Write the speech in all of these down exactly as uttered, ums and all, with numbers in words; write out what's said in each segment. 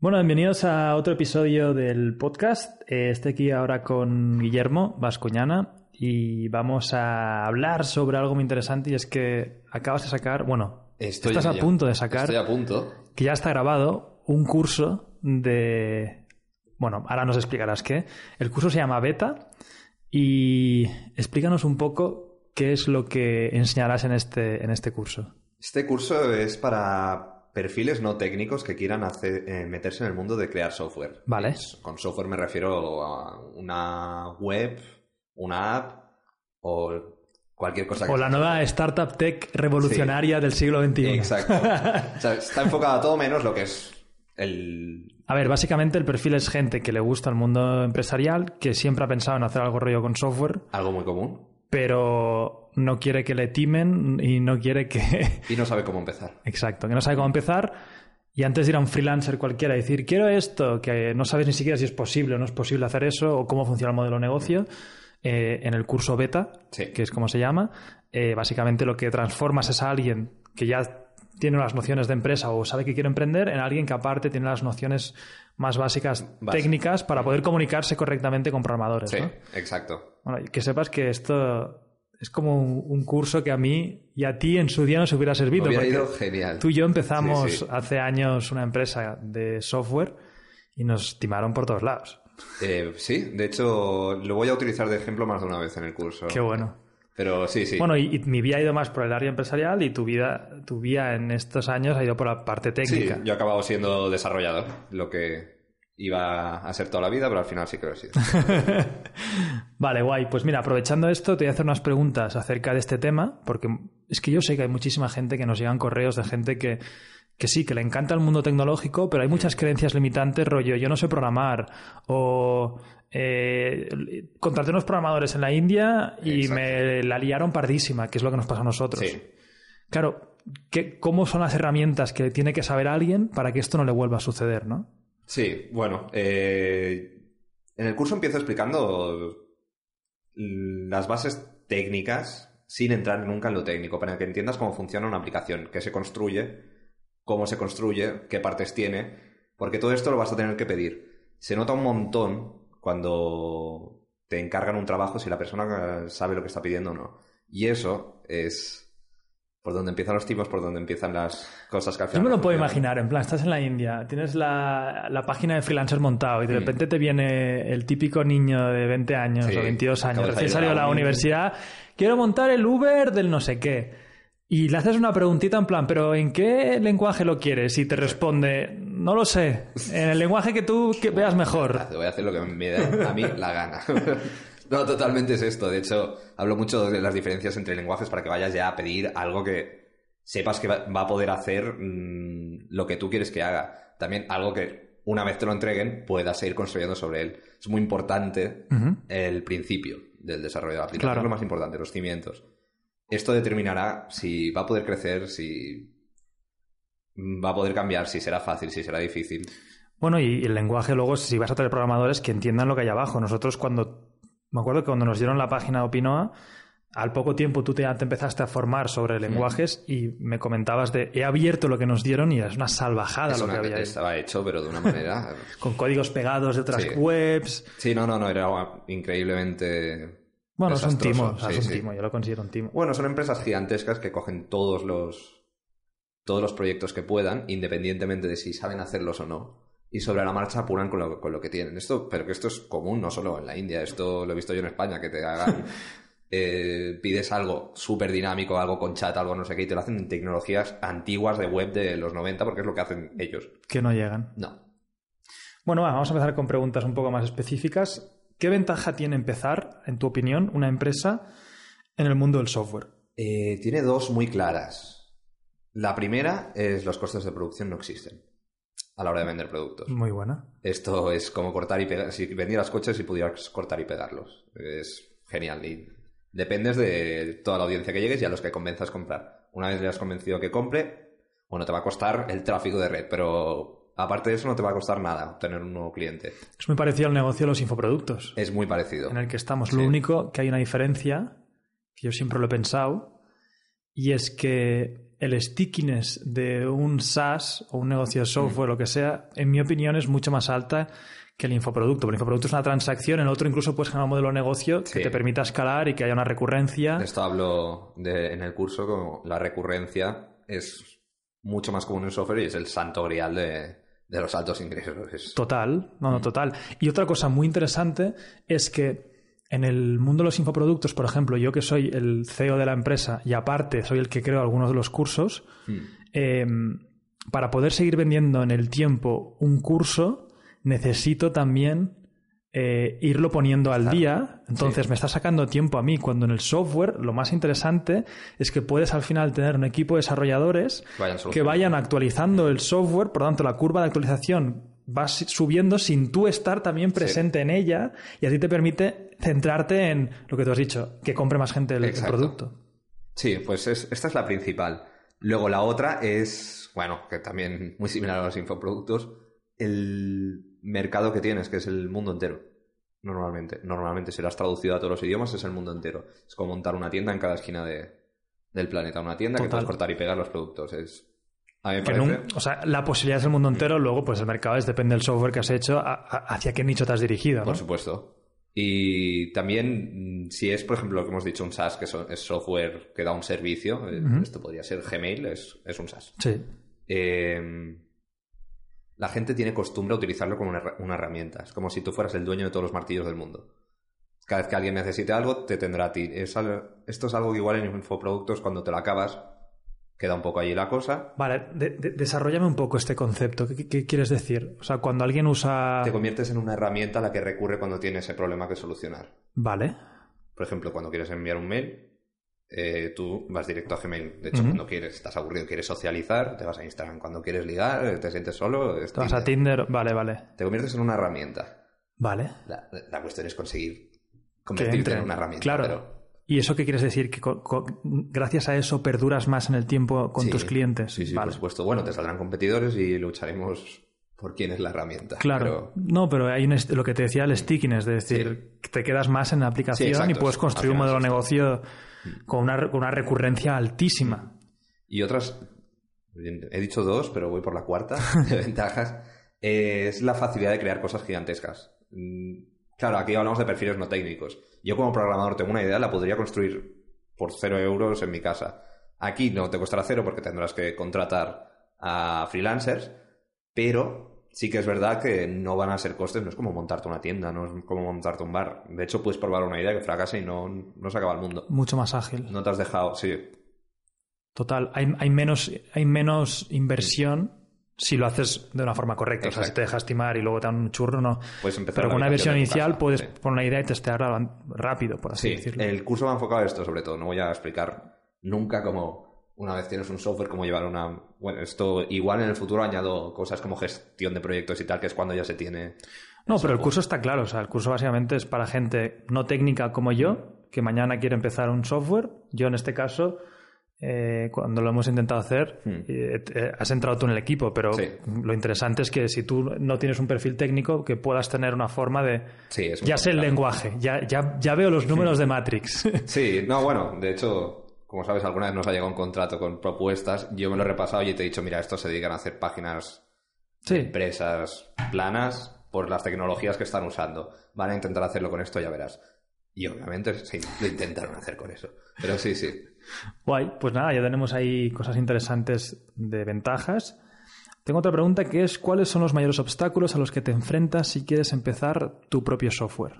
Bueno, bienvenidos a otro episodio del podcast. Eh, estoy aquí ahora con Guillermo Bascuñana y vamos a hablar sobre algo muy interesante, y es que acabas de sacar, bueno, Estoy estás a ya. punto de sacar, Estoy a punto. que ya está grabado, un curso de... Bueno, ahora nos explicarás qué. El curso se llama Beta y explícanos un poco qué es lo que enseñarás en este, en este curso. Este curso es para perfiles no técnicos que quieran hacer, eh, meterse en el mundo de crear software. Vale. Es, con software me refiero a una web, una app o cualquier cosa. O que la nueva startup tech revolucionaria sí. del siglo veintiuno. Exacto. O sea, está enfocado a todo menos lo que es el... A ver, básicamente el perfil es gente que le gusta el mundo empresarial, que siempre ha pensado en hacer algo rollo con software. Algo muy común. Pero no quiere que le timen y no quiere que... Y no sabe cómo empezar. Exacto, que no sabe cómo empezar. Y antes de ir a un freelancer cualquiera y decir, quiero esto, que no sabes ni siquiera si es posible o no es posible hacer eso, o cómo funciona el modelo de negocio, eh, en el curso Beta, sí. que es como se llama, eh, básicamente lo que transformas es a alguien que ya tiene unas nociones de empresa o sabe que quiere emprender, en alguien que aparte tiene las nociones más básicas Básico. técnicas para poder comunicarse correctamente con programadores. Sí, ¿no? exacto. Bueno, que sepas que esto es como un, un curso que a mí y a ti en su día nos hubiera servido. Me hubiera ido genial. Tú y yo empezamos sí, sí. hace años una empresa de software y nos timaron por todos lados. Eh, sí, de hecho lo voy a utilizar de ejemplo más de una vez en el curso. Qué bueno. Pero sí, sí. Bueno, y, y mi vida ha ido más por el área empresarial y tu vida, tu vida en estos años ha ido por la parte técnica. Sí, yo he acabado siendo desarrollador, lo que iba a ser toda la vida, pero al final sí que lo he sido. Vale, guay. Pues mira, aprovechando esto, te voy a hacer unas preguntas acerca de este tema, porque es que yo sé que hay muchísima gente que nos llegan correos de gente que, que sí, que le encanta el mundo tecnológico, pero hay muchas creencias limitantes, rollo, yo no sé programar, o eh, contraté unos programadores en la India y Exacto. me la liaron pardísima, que es lo que nos pasa a nosotros. Sí. Claro, ¿qué, ¿cómo son las herramientas que tiene que saber alguien para que esto no le vuelva a suceder, no? Sí, bueno, eh, en el curso empiezo explicando las bases técnicas sin entrar nunca en lo técnico, para que entiendas cómo funciona una aplicación, qué se construye, cómo se construye, qué partes tiene, porque todo esto lo vas a tener que pedir. Se nota un montón cuando te encargan un trabajo si la persona sabe lo que está pidiendo o no. Y eso es por donde empiezan los tipos, por donde empiezan las cosas que al final... Yo me lo no puedo funcionan. imaginar, en plan, estás en la India, tienes la, la página de freelancer montado y de repente mm. te viene el típico niño de veinte años sí, o veintidós años, recién salido de la universidad, quiero montar el Uber del no sé qué. Y le haces una preguntita en plan, ¿pero en qué lenguaje lo quieres? Y te responde, no lo sé, en el lenguaje que tú que veas mejor. Voy a hacer lo que me da a mí la gana. No, totalmente es esto. De hecho, hablo mucho de las diferencias entre lenguajes para que vayas ya a pedir algo que sepas que va a poder hacer mmm, lo que tú quieres que haga. También algo que una vez te lo entreguen puedas seguir construyendo sobre él. Es muy importante uh-huh. el principio del desarrollo de la aplicación. Claro. Es lo más importante, los cimientos. Esto determinará si va a poder crecer, si va a poder cambiar, si será fácil, si será difícil. Bueno, y el lenguaje luego, si vas a tener programadores que entiendan lo que hay abajo. Nosotros cuando... Me acuerdo que cuando nos dieron la página de Opinoa, al poco tiempo tú te, te empezaste a formar sobre lenguajes mm. y me comentabas de he abierto lo que nos dieron y es una salvajada es lo una, que había. Estaba hecho, pero de una manera... Con códigos pegados de otras sí. webs. Sí, no, no, no, era increíblemente... Bueno, es un timo, o sea, sí, es un sí. timo, yo lo considero un timo. Bueno, son empresas gigantescas que cogen todos los todos los proyectos que puedan, independientemente de si saben hacerlos o no, y sobre la marcha apuran con lo, con lo que tienen. Esto, pero que esto es común, no solo en la India, esto lo he visto yo en España, que te hagan... eh, pides algo súper dinámico, algo con chat, algo no sé qué, y te lo hacen en tecnologías antiguas de web de los noventa, porque es lo que hacen ellos. Que no llegan. No. Bueno, va, vamos a empezar con preguntas un poco más específicas. ¿Qué ventaja tiene empezar, en tu opinión, una empresa en el mundo del software? Eh, tiene dos muy claras. La primera es los costes de producción no existen a la hora de vender productos. Muy buena. Esto es como cortar y pegar. Si vendieras coches y pudieras cortar y pegarlos. Es genial. Y dependes de toda la audiencia que llegues y a los que convenzas comprar. Una vez le has convencido que compre, bueno, te va a costar el tráfico de red, pero aparte de eso no te va a costar nada tener un nuevo cliente. Es muy parecido al negocio de los infoproductos. Es muy parecido. En el que estamos. Sí. Lo único que hay una diferencia, que yo siempre lo he pensado, y es que el stickiness de un SaaS o un negocio de software, mm. lo que sea, en mi opinión es mucho más alta que el infoproducto. El infoproducto es una transacción, en el otro incluso puedes generar un modelo de negocio que sí. te permita escalar y que haya una recurrencia. De esto hablo de, en el curso, como la recurrencia es mucho más común en software y es el santo grial de, de los altos ingresos. Es... Total, no, no, total. Y otra cosa muy interesante es que en el mundo de los infoproductos, por ejemplo, yo que soy el C E O de la empresa y aparte soy el que creo algunos de los cursos, mm. eh, para poder seguir vendiendo en el tiempo un curso necesito también eh, irlo poniendo al claro. día. Entonces sí. me está sacando tiempo a mí, cuando en el software lo más interesante es que puedes al final tener un equipo de desarrolladores vayan que vayan actualizando el software, por lo tanto la curva de actualización va subiendo sin tú estar también presente sí. en ella, y así te permite centrarte en lo que tú has dicho, que compre más gente el, el producto. Sí, pues es, esta es la principal. Luego la otra es, bueno, que también muy similar a los infoproductos, el mercado que tienes, que es el mundo entero. Normalmente, normalmente si lo has traducido a todos los idiomas es el mundo entero. Es como montar una tienda en cada esquina de, del planeta. Una tienda Total. Que puedes cortar y pegar los productos. Es, a mí me parece... no, o sea, la posibilidad es el mundo entero, luego pues el mercado es, depende del software que has hecho, a, a, hacia qué nicho te has dirigido, ¿no? Por supuesto. Y también, si es, por ejemplo, lo que hemos dicho, un SaaS, que es software que da un servicio, uh-huh. esto podría ser Gmail, es, es un SaaS. Sí. Eh... La gente tiene costumbre a utilizarlo como una, una herramienta. Es como si tú fueras el dueño de todos los martillos del mundo. Cada vez que alguien necesite algo, te tendrá a ti. Es al, esto es algo que igual en infoproductos, cuando te lo acabas, queda un poco allí la cosa. Vale, de, de, desarróllame un poco este concepto. ¿Qué, ¿Qué quieres decir? O sea, cuando alguien usa... Te conviertes en una herramienta a la que recurre cuando tiene ese problema que solucionar. Vale. Por ejemplo, cuando quieres enviar un mail... Eh, tú vas directo a Gmail. De hecho, uh-huh. cuando quieres, estás aburrido, quieres socializar, te vas a Instagram. Cuando quieres ligar, te sientes solo, te vas a Tinder. Vale, vale. Te conviertes en una herramienta. Vale. La, la cuestión es conseguir convertirte en una herramienta. Claro. Pero... ¿Y eso qué quieres decir? ¿Que con, con, gracias a eso perduras más en el tiempo con sí, tus clientes? Sí, sí, vale. por supuesto. Bueno, te saldrán competidores y lucharemos por quién es la herramienta. Claro. Pero... No, pero hay un, lo que te decía, el stickiness, de decir, sí. te quedas más en la aplicación sí, y puedes construir un modelo de negocio con una, con una recurrencia altísima. Y otras, he dicho dos, pero voy por la cuarta, de ventajas, eh, es la facilidad de crear cosas gigantescas. Claro, aquí hablamos de perfiles no técnicos. Yo como programador tengo una idea, la podría construir por cero euros en mi casa. Aquí no te costará cero porque tendrás que contratar a freelancers, pero... Sí que es verdad que no van a ser costes, no es como montarte una tienda, no es como montarte un bar. De hecho, puedes probar una idea que fracase y no, no se acaba el mundo. Mucho más ágil. No te has dejado, sí. Total, hay, hay, menos, hay menos inversión sí. si lo haces de una forma correcta. Exacto. O sea, si te dejas timar y luego te dan un churro, no. Puedes empezar Pero con una versión inicial casa, puedes sí. poner una idea y testearla rápido, por así sí. decirlo. El curso va enfocado a esto, sobre todo. No voy a explicar nunca cómo... Una vez tienes un software, cómo llevar una... Bueno, esto igual en el futuro añado cosas como gestión de proyectos y tal, que es cuando ya se tiene... No, pero el curso está claro. O sea, el curso básicamente es para gente no técnica como yo, que mañana quiere empezar un software. Yo, en este caso, eh, cuando lo hemos intentado hacer, hmm. eh, eh, has entrado tú en el equipo, pero sí. lo interesante es que si tú no tienes un perfil técnico, que puedas tener una forma de... Sí, es ya sé el lenguaje, ya, ya, ya veo los números de Matrix. Sí, no, bueno, de hecho... Como sabes, alguna vez nos ha llegado un contrato con propuestas. Yo me lo he repasado y te he dicho, mira, estos se dedican a hacer páginas sí. de empresas planas por las tecnologías que están usando. Van a intentar hacerlo con esto, ya verás. Y obviamente sí, lo intentaron hacer con eso. Pero sí, sí. Guay. Pues nada, ya tenemos ahí cosas interesantes de ventajas. Tengo otra pregunta que es, ¿cuáles son los mayores obstáculos a los que te enfrentas si quieres empezar tu propio software?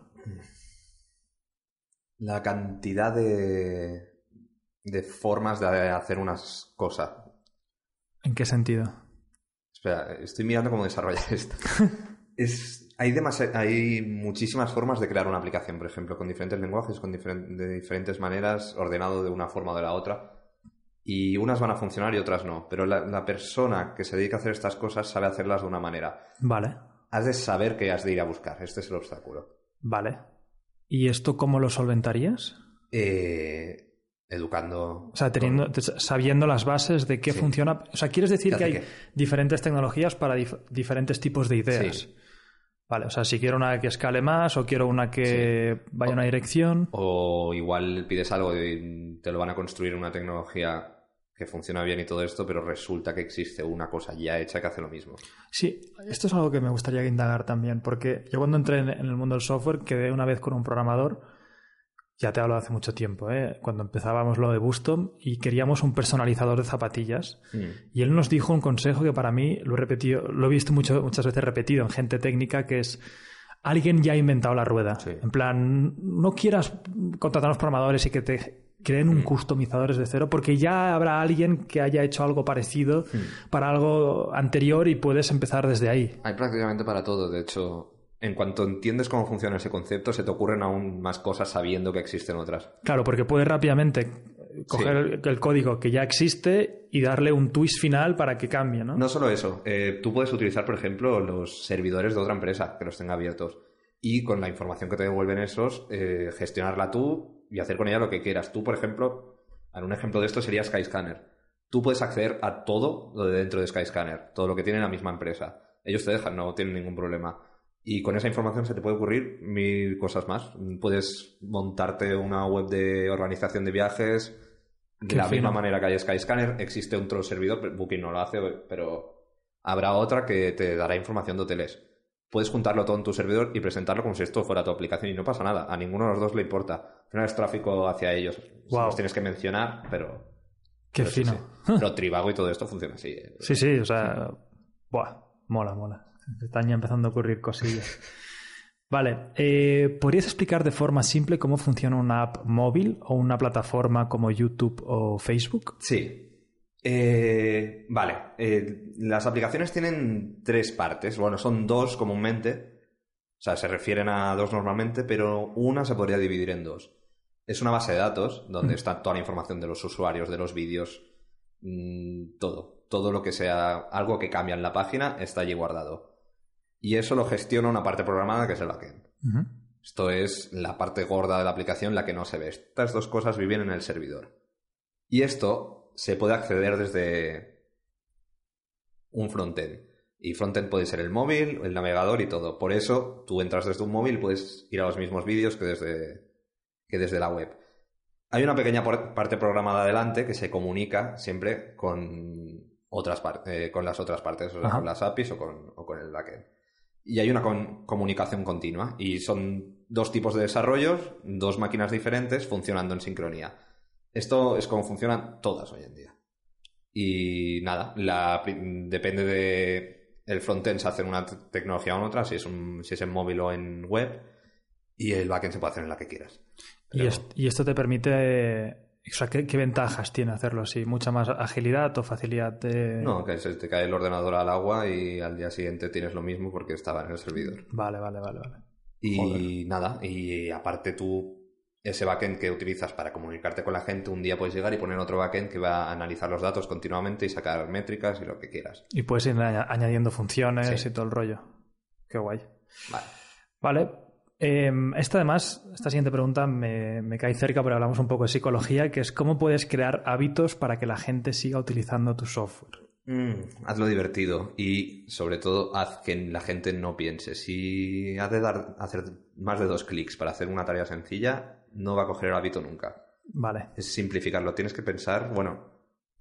La cantidad de... de formas de hacer unas cosas. ¿En qué sentido? Espera, estoy mirando cómo desarrollar esto. es, hay, demasi- hay muchísimas formas de crear una aplicación, por ejemplo, con diferentes lenguajes, con diferen- de diferentes maneras, ordenado de una forma o de la otra. Y unas van a funcionar y otras no. Pero la, la persona que se dedica a hacer estas cosas sabe hacerlas de una manera. Vale. Has de saber qué has de ir a buscar. Este es el obstáculo. Vale. ¿Y esto cómo lo solventarías? Eh... Educando... O sea, teniendo, con... sabiendo las bases de qué sí. funciona... O sea, ¿quieres decir que hay que... diferentes tecnologías para dif- diferentes tipos de ideas? Sí. Vale, o sea, si quiero una que escale más o quiero una que sí. vaya a una dirección... O igual pides algo y te lo van a construir una tecnología que funciona bien y todo esto, pero resulta que existe una cosa ya hecha que hace lo mismo. Sí, esto es algo que me gustaría indagar también, porque yo cuando entré en el mundo del software quedé una vez con un programador, ya te hablo hace mucho tiempo, ¿eh? Cuando empezábamos lo de Bustom y queríamos un personalizador de zapatillas. Mm. Y él nos dijo un consejo que para mí lo he repetido, lo he visto mucho, muchas veces repetido en gente técnica, que es: alguien ya ha inventado la rueda. Sí. En plan, no quieras contratar a los programadores y que te creen un mm. customizador desde cero, porque ya habrá alguien que haya hecho algo parecido mm. para algo anterior y puedes empezar desde ahí. Hay prácticamente para todo. De hecho, en cuanto entiendes cómo funciona ese concepto, se te ocurren aún más cosas sabiendo que existen otras. Claro, porque puedes rápidamente coger sí. el, el código que ya existe y darle un twist final para que cambie, ¿no? No solo eso. Eh, tú puedes utilizar, por ejemplo, los servidores de otra empresa que los tenga abiertos. Y con la información que te devuelven esos, eh, gestionarla tú y hacer con ella lo que quieras. Tú, por ejemplo, un ejemplo de esto sería Skyscanner. Tú puedes acceder a todo lo de dentro de Skyscanner, todo lo que tiene la misma empresa. Ellos te dejan, no tienen ningún problema. Y con esa información se te puede ocurrir mil cosas más. Puedes montarte una web de organización de viajes de la misma manera que hay Skyscanner. Existe otro servidor, Booking no lo hace, pero habrá otra que te dará información de hoteles. Puedes juntarlo todo en tu servidor y presentarlo como si esto fuera tu aplicación y no pasa nada. A ninguno de los dos le importa. Al final es tráfico hacia ellos. Wow. Los tienes que mencionar, pero... Qué pero fino. Sí, sí. Pero Trivago y todo esto funciona así. Sí, sí, o sea... Buah, mola, mola. Están ya empezando a ocurrir cosillas. Vale, eh, ¿podrías explicar de forma simple cómo funciona una app móvil o una plataforma como YouTube o Facebook? Sí. Eh, vale, eh, las aplicaciones tienen tres partes. Bueno, son dos comúnmente. O sea, se refieren a dos normalmente, pero una se podría dividir en dos. Es una base de datos donde mm. está toda la información de los usuarios, de los vídeos, mmm, todo. Todo lo que sea algo que cambia en la página está allí guardado. Y eso lo gestiona una parte programada que es el backend. Uh-huh. Esto es la parte gorda de la aplicación, la que no se ve. Estas dos cosas viven en el servidor. Y esto se puede acceder desde un frontend. Y frontend puede ser el móvil, el navegador y todo. Por eso tú entras desde un móvil y puedes ir a los mismos vídeos que desde, que desde la web. Hay una pequeña parte programada adelante que se comunica siempre con otras partes, eh, con las otras partes, o sea, con las A P Is o con, o con el backend. Y hay una con, comunicación continua. Y son dos tipos de desarrollos, dos máquinas diferentes funcionando en sincronía. Esto es como funcionan todas hoy en día. Y nada, la, depende de el frontend se hace en una tecnología o en otra, si es, un, si es en móvil o en web, y el backend se puede hacer en la que quieras. Pero... ¿Y, esto, y esto te permite... O sea, ¿qué, ¿qué ventajas tiene hacerlo así? ¿Mucha más agilidad o facilidad de...? No, que se te cae el ordenador al agua y al día siguiente tienes lo mismo porque estaba en el servidor. Vale, vale, vale, vale. Y Joder. nada, y aparte tú, ese backend que utilizas para comunicarte con la gente, un día puedes llegar y poner otro backend que va a analizar los datos continuamente y sacar métricas y lo que quieras. Y puedes ir añadiendo funciones sí. y todo el rollo. Qué guay. Vale. Vale. Eh, esta además, esta siguiente pregunta me, me cae cerca porque hablamos un poco de psicología, que es ¿cómo puedes crear hábitos para que la gente siga utilizando tu software? Mm, hazlo divertido y sobre todo haz que la gente no piense. Si has de dar, hacer más de dos clics para hacer una tarea sencilla, no va a coger el hábito nunca. Vale. Es simplificarlo. Tienes que pensar, bueno,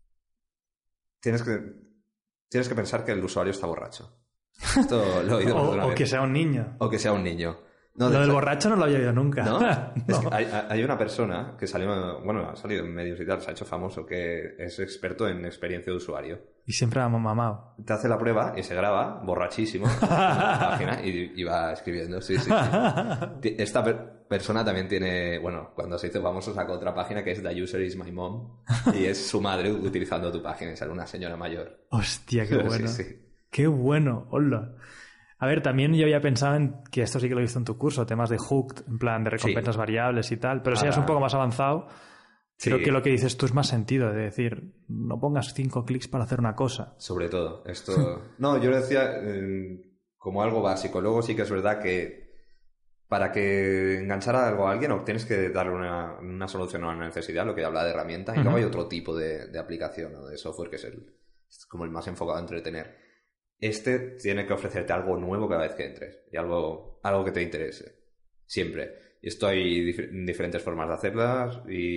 tienes que, tienes que pensar que el usuario está borracho. Esto lo he oído o, una o vez. que sea un niño. O que sea un niño. No, lo del borracho no lo había oído nunca. ¿No? no. Es que hay, hay una persona que salió, bueno, ha salido en medios y tal, se ha hecho famoso, que es experto en experiencia de usuario. Y siempre ha mamado. Te hace la prueba y se graba, borrachísimo, en la página y, y va escribiendo. Sí, sí, sí. Esta per- persona también tiene, bueno, cuando se hizo famoso sacó otra página que es The User is My Mom y es su madre utilizando tu página y sale una señora mayor. Hostia, qué bueno. Sí, sí. Qué bueno, hola. A ver, también yo había pensado en que esto sí que lo he visto en tu curso, temas de hooked, en plan de recompensas sí. variables y tal, pero si ah, es un poco más avanzado, sí. creo que lo que dices tú es más sentido, de decir, no pongas cinco clics para hacer una cosa. Sobre todo, esto... no, yo lo decía eh, como algo básico. Luego sí que es verdad que para que enganchara algo a alguien o tienes que darle una, una solución a una necesidad, lo que habla de herramienta, y uh-huh. luego hay otro tipo de, de aplicación o de software que es, el, es como el más enfocado a entretener. Este tiene que ofrecerte algo nuevo cada vez que entres y algo, algo que te interese. Siempre. Y esto hay dif- diferentes formas de hacerlas y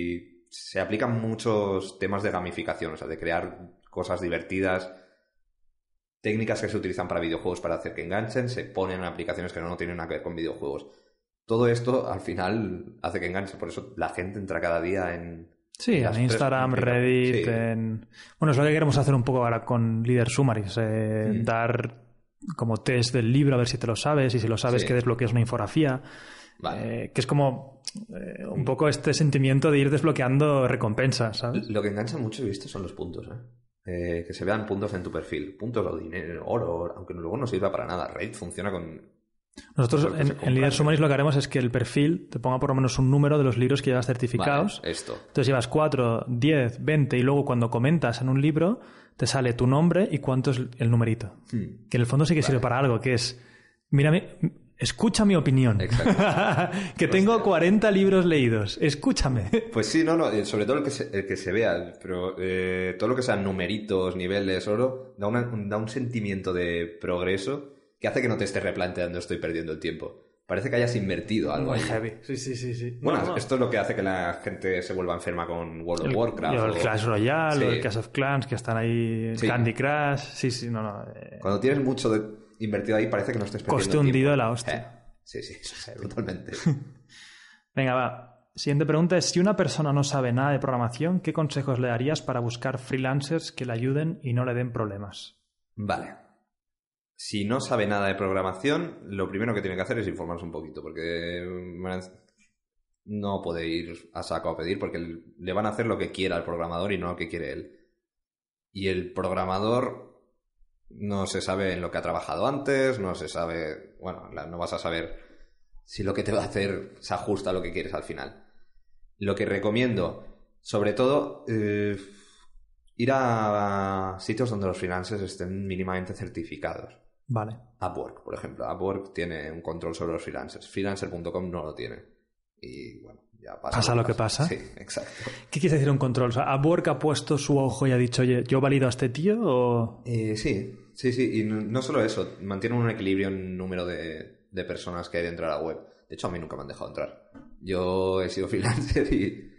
se aplican muchos temas de gamificación, o sea, de crear cosas divertidas, técnicas que se utilizan para videojuegos para hacer que enganchen, se ponen en aplicaciones que no, no tienen nada que ver con videojuegos. Todo esto, al final, hace que enganche. Por eso la gente entra cada día en... Sí, en Instagram, Reddit, sí. en... Bueno, es lo que queremos hacer un poco ahora con Leader Summaries. Eh, mm. Dar como test del libro, a ver si te lo sabes, y si lo sabes, sí. que desbloqueas una infografía. Vale. Eh, que es como eh, un poco este sentimiento de ir desbloqueando recompensas, ¿sabes? Lo que engancha mucho, he visto, son los puntos, ¿eh? Eh, que se vean puntos en tu perfil. Puntos o dinero, oro, aunque luego no sirva para nada. Reddit funciona con... Nosotros en, en Leader Summaries lo que haremos es que el perfil te ponga por lo menos un número de los libros que llevas certificados. Vale, esto. Entonces llevas cuatro, diez, veinte y luego cuando comentas en un libro te sale tu nombre y cuánto es el numerito. Hmm. Que en el fondo sí que vale. sirve para algo, que es... Mírame... Escucha mi opinión. Exacto. Que tengo Hostia. cuarenta libros leídos. Escúchame. Pues sí, no, no. Sobre todo el que se, el que se vea. Pero eh, todo lo que sean numeritos, niveles, oro, da, una, da un sentimiento de progreso que hace que no te estés replanteando estoy perdiendo el tiempo. Parece que hayas invertido algo Muy ahí. heavy. Sí, sí, sí, sí. Bueno, no, no. esto es lo que hace que la gente se vuelva enferma con World of el, Warcraft. O el o... Clash Royale, sí. o el Clash of Clans, que están ahí... Sí. Candy Crush. Sí, sí, no, no. Eh... Cuando tienes mucho de... invertido ahí parece que no estés perdiendo Coste hundido de la hostia. Eh. Sí, sí, sí, totalmente. Venga, va. Siguiente pregunta es, si una persona no sabe nada de programación, ¿qué consejos le darías para buscar freelancers que le ayuden y no le den problemas? Vale. Si no sabe nada de programación, lo primero que tiene que hacer es informarse un poquito, porque no puede ir a saco a pedir, porque le van a hacer lo que quiera el programador y no lo que quiere él. Y el programador... no se sabe en lo que ha trabajado antes, no se sabe... Bueno, no vas a saber si lo que te va a hacer se ajusta a lo que quieres al final. Lo que recomiendo, sobre todo, eh, ir a sitios donde los freelancers estén mínimamente certificados. Vale. Upwork, por ejemplo. Upwork tiene un control sobre los freelancers. Freelancer punto com no lo tiene. Y bueno... Ya pasa, ¿Pasa lo que pasa? Sí, exacto. ¿Qué quiere decir un control? O sea, ¿Upwork ha puesto su ojo y ha dicho, oye, ¿yo valido a este tío o...? Eh, sí, sí, sí. Y no, no solo eso, mantienen un equilibrio en número de, de personas que hay dentro de la web. De hecho, a mí nunca me han dejado entrar. Yo he sido freelancer y...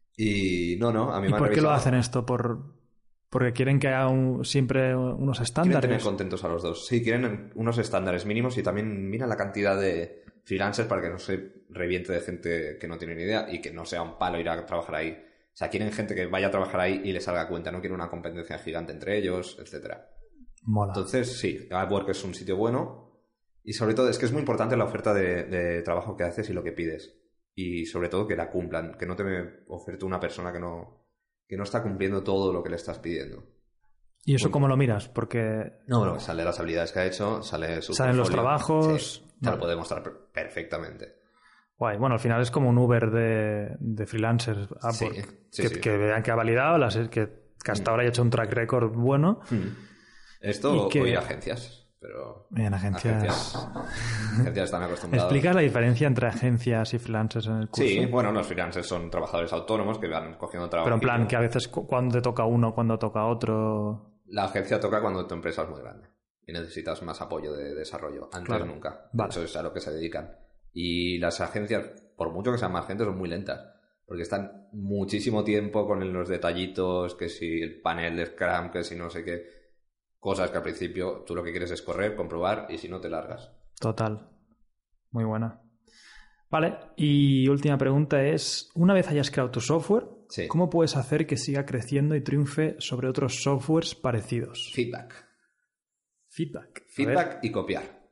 Y no, no, a mí ¿Y me han por qué revisado. lo hacen esto? ¿Por, ¿Porque quieren que haya un, siempre unos estándares? Quieren tener contentos a los dos. Sí, quieren unos estándares mínimos y también mira la cantidad de... freelancers para que no se reviente de gente que no tiene ni idea y que no sea un palo ir a trabajar ahí. O sea, quieren gente que vaya a trabajar ahí y le salga a cuenta, no quieren una competencia gigante entre ellos, etcétera. Mola. Entonces, sí, Upwork es un sitio bueno y sobre todo es que es muy importante la oferta de, de trabajo que haces y lo que pides. Y sobre todo que la cumplan, que no te oferte una persona que no, que no está cumpliendo todo lo que le estás pidiendo. ¿Y eso Bueno, cómo lo miras? Porque... No, bueno, sale las habilidades que ha hecho, sale su Salen los portfolio. trabajos... Sí, te lo puede mostrar perfectamente. Guay. Bueno, al final es como un Uber de, de freelancers. Upwork, sí, sí, que, sí. que vean que ha validado, las, que, que hasta mm. ahora haya hecho un track record bueno. Mm. Esto que... o ir a agencias. Pero en agencias... Agencias, agencias están acostumbrados. ¿Explicas la diferencia entre agencias y freelancers en el curso? Sí, bueno, los freelancers son trabajadores autónomos que van cogiendo trabajo. Pero en plan, que a veces cuando te toca uno, cuando toca otro... La agencia toca cuando tu empresa es muy grande y necesitas más apoyo de desarrollo. Antes claro. nunca. Vale. Eso es a lo que se dedican. Y las agencias, por mucho que sean más gente, son muy lentas. Porque están muchísimo tiempo con los detallitos, que si el panel de Scrum, que si no sé qué. Cosas que al principio tú lo que quieres es correr, comprobar y si no te largas. Total. Muy buena. Vale, y última pregunta es, una vez hayas creado tu software, sí. ¿cómo puedes hacer que siga creciendo y triunfe sobre otros softwares parecidos? Feedback. Feedback. Feedback y copiar.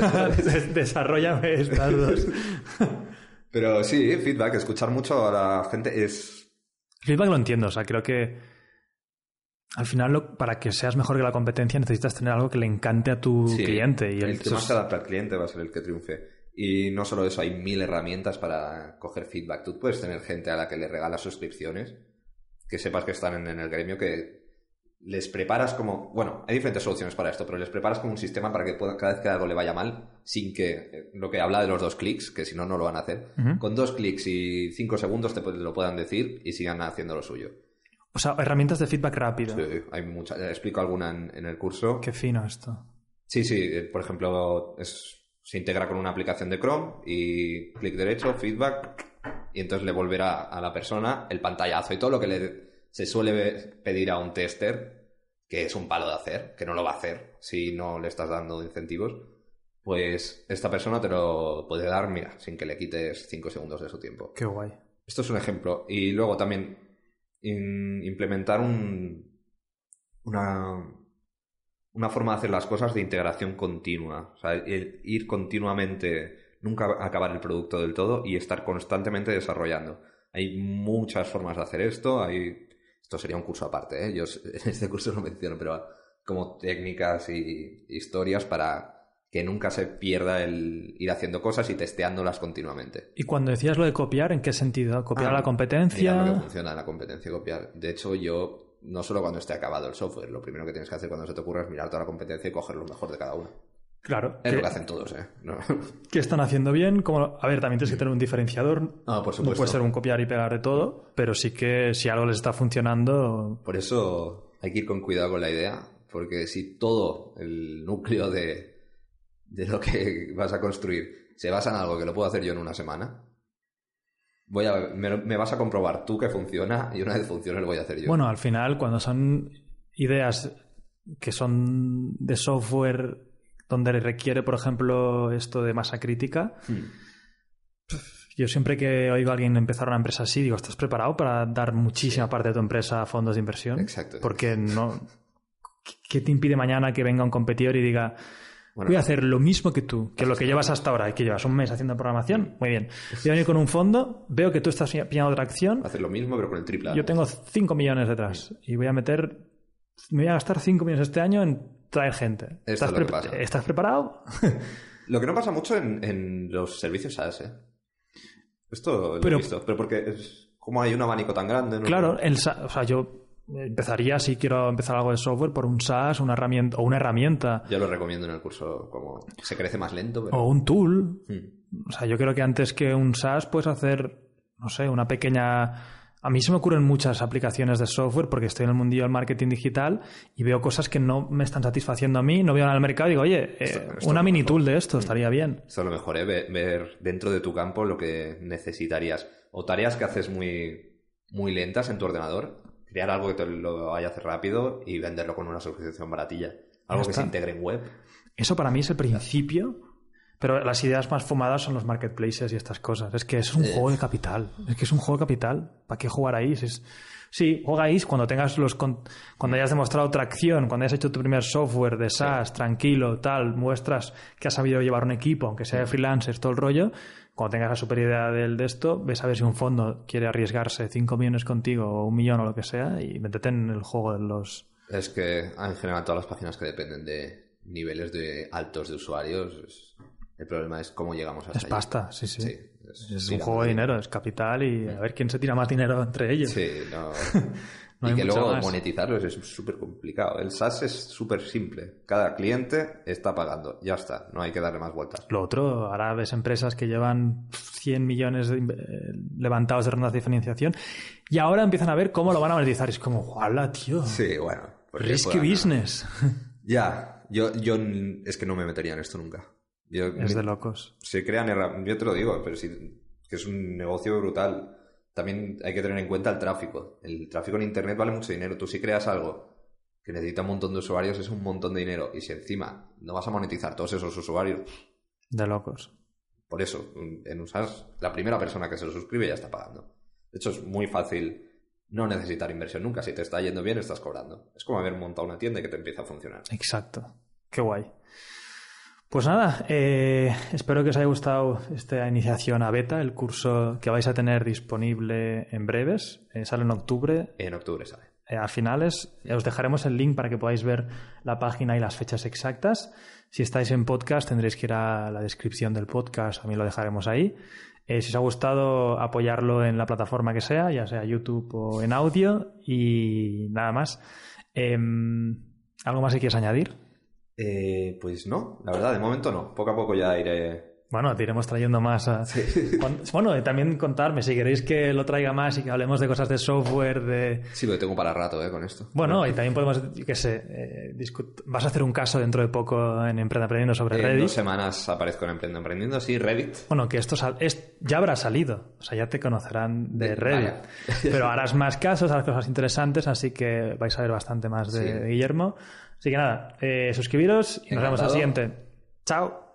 Desarróllame estas dos. Pero sí, feedback, escuchar mucho a la gente es... Feedback lo entiendo, o sea, creo que al final lo, para que seas mejor que la competencia necesitas tener algo que le encante a tu sí, cliente. Y el, el que más se adapta al cliente va a ser el que triunfe. Y no solo eso, hay mil herramientas para coger feedback. Tú puedes tener gente a la que le regalas suscripciones, que sepas que están en, en el gremio, que les preparas como... Bueno, hay diferentes soluciones para esto, pero les preparas como un sistema para que pueda, cada vez que algo le vaya mal, sin que... Lo que habla de los dos clics, que si no, no lo van a hacer. Uh-huh. Con dos clics y cinco segundos te lo puedan decir y sigan haciendo lo suyo. O sea, herramientas de feedback rápido. Sí, hay muchas. Explico alguna en, en el curso. Qué fino esto. Sí, sí. Por ejemplo, es, se integra con una aplicación de Chrome y clic derecho, feedback, y entonces le volverá a la persona el pantallazo y todo lo que le, se suele pedir a un tester, que es un palo de hacer, que no lo va a hacer si no le estás dando incentivos, pues esta persona te lo puede dar, mira, sin que le quites cinco segundos de su tiempo. Qué guay. Esto es un ejemplo. Y luego también in, implementar un, una, una forma de hacer las cosas de integración continua. O sea, el, ir continuamente, nunca acabar el producto del todo y estar constantemente desarrollando. Hay muchas formas de hacer esto. Hay, esto sería un curso aparte, ¿eh? Yo en este curso no menciono, pero como técnicas y historias para que nunca se pierda el ir haciendo cosas y testeándolas continuamente. Y cuando decías lo de copiar, ¿en qué sentido? ¿Copiar ah, a la competencia? Mira lo que funciona en la competencia, copiar. De hecho, yo, no solo cuando esté acabado el software, lo primero que tienes que hacer cuando se te ocurra es mirar toda la competencia y coger lo mejor de cada uno. Claro. Es que, lo que hacen todos, ¿eh? No. ¿Qué están haciendo bien? ¿Cómo? A ver, también tienes que tener un diferenciador. Ah, por supuesto. No puede ser un copiar y pegar de todo, pero sí que si algo les está funcionando... Por eso hay que ir con cuidado con la idea, porque si todo el núcleo de... de lo que vas a construir se basa en algo que lo puedo hacer yo en una semana, voy a me, me vas a comprobar tú que funciona y una vez funcione lo voy a hacer yo. Bueno, al final, cuando son ideas que son de software donde requiere, por ejemplo, esto de masa crítica, hmm. yo siempre que oigo a alguien empezar una empresa así, digo, ¿estás preparado para dar muchísima parte de tu empresa a fondos de inversión? Exacto. Porque no... ¿Qué te impide mañana que venga un competidor y diga... Bueno, voy a hacer lo mismo que tú, que lo que llevas hasta ahora, y que llevas un mes haciendo programación, muy bien. Voy a venir con un fondo, veo que tú estás pillando tracción. Hacer lo mismo, pero con el triple. Yo tengo cinco millones detrás y voy a meter, me voy a gastar cinco millones este año en traer gente. Esto ¿Estás, es lo pre- que pasa. ¿Estás preparado? Lo que no pasa mucho en, en los servicios SaaS, ¿eh? Esto lo pero, he visto, pero porque es como hay un abanico tan grande. ¿no? Claro, el, o sea, yo... empezaría, si quiero empezar algo de software, por un SaaS, una herramienta o una herramienta. Yo lo recomiendo en el curso, como se crece más lento. Pero... O un tool. Hmm. O sea, yo creo que antes que un SaaS puedes hacer, no sé, una pequeña... A mí se me ocurren muchas aplicaciones de software porque estoy en el mundillo del marketing digital y veo cosas que no me están satisfaciendo a mí, no veo nada en el mercado y digo, oye, eh, esto, esto una mini tool de esto hmm. estaría bien. Esto es lo mejor, ¿eh? Ver, ver dentro de tu campo lo que necesitarías. O tareas que haces muy, muy lentas en tu ordenador. Crear algo que te lo vaya a hacer rápido y venderlo con una suscripción baratilla. Algo que se integre en web. Eso para mí es el principio, pero las ideas más fumadas son los marketplaces y estas cosas. Es que es un eh. juego de capital. Es que es un juego de capital. ¿Para qué jugar ahí? Es... Sí, juega ahí cuando tengas los con... cuando hayas demostrado tracción, cuando hayas hecho tu primer software de SaaS, sí. tranquilo, tal, muestras que has sabido llevar un equipo, aunque sea de freelancers, todo el rollo. Cuando tengas la super idea del, de esto, ves a ver si un fondo quiere arriesgarse cinco millones contigo o un millón o lo que sea y métete en el juego de los... Es que en general todas las páginas que dependen de niveles de altos de usuarios, el problema es cómo llegamos a Es pasta, sí, sí. sí es es un juego de dinero, es capital y a ver quién se tira más dinero entre ellos. Sí, no... no y que luego más. monetizarlos es súper complicado. El SaaS es súper simple. Cada cliente está pagando. Ya está. No hay que darle más vueltas. Lo otro, ahora ves empresas que llevan cien millones de, eh, levantados de rondas de financiación y ahora empiezan a ver cómo lo van a monetizar. Es como, ¡guala, tío! Sí, bueno. Risky business. Ya. Yo, yo es que no me metería en esto nunca. Yo, es de locos. Se crean herramientas. Yo te lo digo, pero sí, que es un negocio brutal. También hay que tener en cuenta el tráfico. El tráfico en Internet vale mucho dinero. Tú si creas algo que necesita un montón de usuarios es un montón de dinero. Y si encima no vas a monetizar todos esos usuarios... De locos. Por eso, en SaaS, la primera persona que se lo suscribe ya está pagando. De hecho, es muy fácil no necesitar inversión nunca. Si te está yendo bien, estás cobrando. Es como haber montado una tienda y que te empieza a funcionar. Exacto. Qué guay. Pues nada, eh, espero que os haya gustado esta iniciación a beta, el curso que vais a tener disponible en breves. Eh, sale en octubre. En octubre sale. Eh, a finales. Eh, os dejaremos el link para que podáis ver la página y las fechas exactas. Si estáis en podcast tendréis que ir a la descripción del podcast, también lo dejaremos ahí. Eh, si os ha gustado, apoyarlo en la plataforma que sea, ya sea YouTube o en audio. Y nada más. Eh, ¿Algo más que quieres añadir? Eh, pues no, la verdad, de momento no. Poco a poco ya iré Bueno, te iremos trayendo más. A... Sí. Bueno, y también contarme, si queréis que lo traiga más y que hablemos de cosas de software, de... Sí, porque tengo para rato, ¿eh? Con esto. Bueno, y también podemos, qué sé, eh, discut... vas a hacer un caso dentro de poco en Emprende Aprendiendo sobre en Reddit. En dos semanas aparezco en Emprende Aprendiendo, sí, Reddit. Bueno, que esto sal... es... ya habrá salido, o sea, ya te conocerán de, de Reddit. Vaya. Pero harás más casos, harás cosas interesantes, así que vais a ver bastante más de, sí. de Guillermo. Así que nada, eh, suscribiros y Encantado. Nos vemos al siguiente. Chao.